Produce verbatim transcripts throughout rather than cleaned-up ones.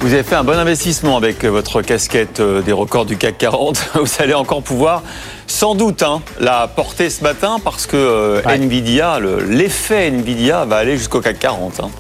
Vous avez fait un bon investissement avec votre casquette des records du C A C quarante. Vous allez encore pouvoir, sans doute, hein, la porter ce matin parce que euh, ouais. Nvidia, le, l'effet Nvidia va aller jusqu'au C A C quarante. Hein.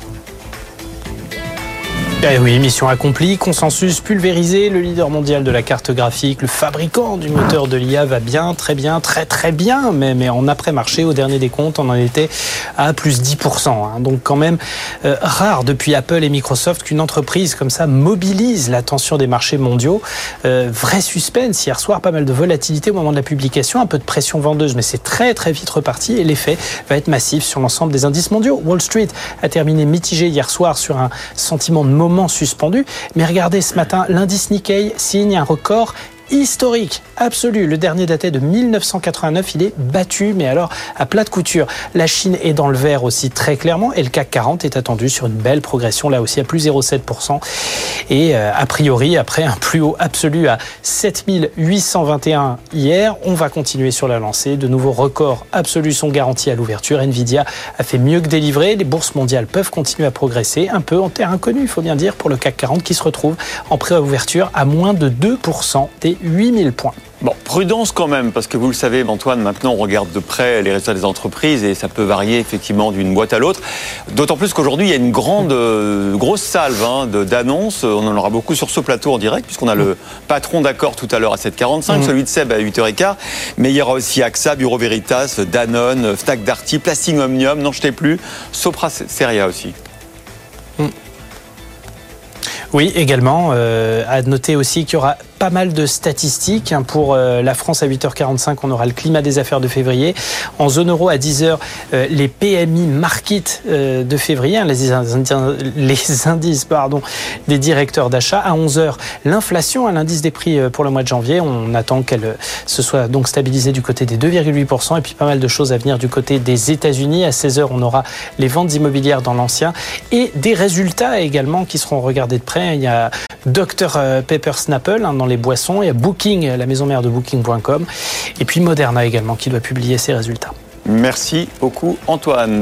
Eh oui, mission accomplie, consensus pulvérisé, le leader mondial de la carte graphique, le fabricant du moteur de l'I A va bien, très bien, très très bien, mais, mais en après-marché, au dernier des comptes, on en était à plus dix pour cent. Hein. Donc quand même euh, rare depuis Apple et Microsoft qu'une entreprise comme ça mobilise l'attention des marchés mondiaux. Euh, vrai suspense, hier soir, pas mal de volatilité au moment de la publication, un peu de pression vendeuse, mais c'est très très vite reparti et l'effet va être massif sur l'ensemble des indices mondiaux. Wall Street a terminé mitigé hier soir sur un sentiment de moment suspendu. Mais regardez, ce matin, l'indice Nikkei signe un record historique, absolu. Le dernier datait de mille neuf cent quatre-vingt-neuf, il est battu, mais alors à plat de couture. La Chine est dans le vert aussi très clairement et le C A C quarante est attendu sur une belle progression, là aussi à plus zéro virgule sept pour cent. Et euh, a priori, après un plus haut absolu à sept mille huit cent vingt et un hier, on va continuer sur la lancée. De nouveaux records absolus sont garantis à l'ouverture. Nvidia a fait mieux que délivrer. Les bourses mondiales peuvent continuer à progresser, un peu en terre inconnue, il faut bien dire, pour le C A C quarante qui se retrouve en pré-ouverture à moins de deux pour cent des huit mille points. Bon, prudence quand même, parce que vous le savez, Antoine, maintenant on regarde de près les résultats des entreprises et ça peut varier effectivement d'une boîte à l'autre. D'autant plus qu'aujourd'hui, il y a une grande, euh, grosse salve hein, de, d'annonces. On en aura beaucoup sur ce plateau en direct, puisqu'on a le patron d'Accor tout à l'heure à sept heures quarante-cinq, mmh. celui de Seb à huit heures quinze. Mais il y aura aussi A X A, Bureau Veritas, Danone, Fnac Darty, Plastic Omnium, n'en jetez plus, Sopra Steria aussi. Mmh. Oui, également. Euh, à noter aussi qu'il y aura pas mal de statistiques. Pour la France, à huit heures quarante-cinq, on aura le climat des affaires de février. En zone euro, à dix heures, les P M I Market de février, les indices, les indices pardon, des directeurs d'achat. À onze heures, l'inflation, l'indice des prix pour le mois de janvier. On attend qu'elle se soit donc stabilisée du côté des deux virgule huit pour cent. Et puis pas mal de choses à venir du côté des États-Unis. À seize heures, on aura les ventes immobilières dans l'ancien et des résultats également qui seront regardés de près. Il y a docteur Pepper Snapple hein, dans les boissons, il y a Booking, la maison mère de Booking point com, et puis Moderna également qui doit publier ses résultats. Merci beaucoup Antoine.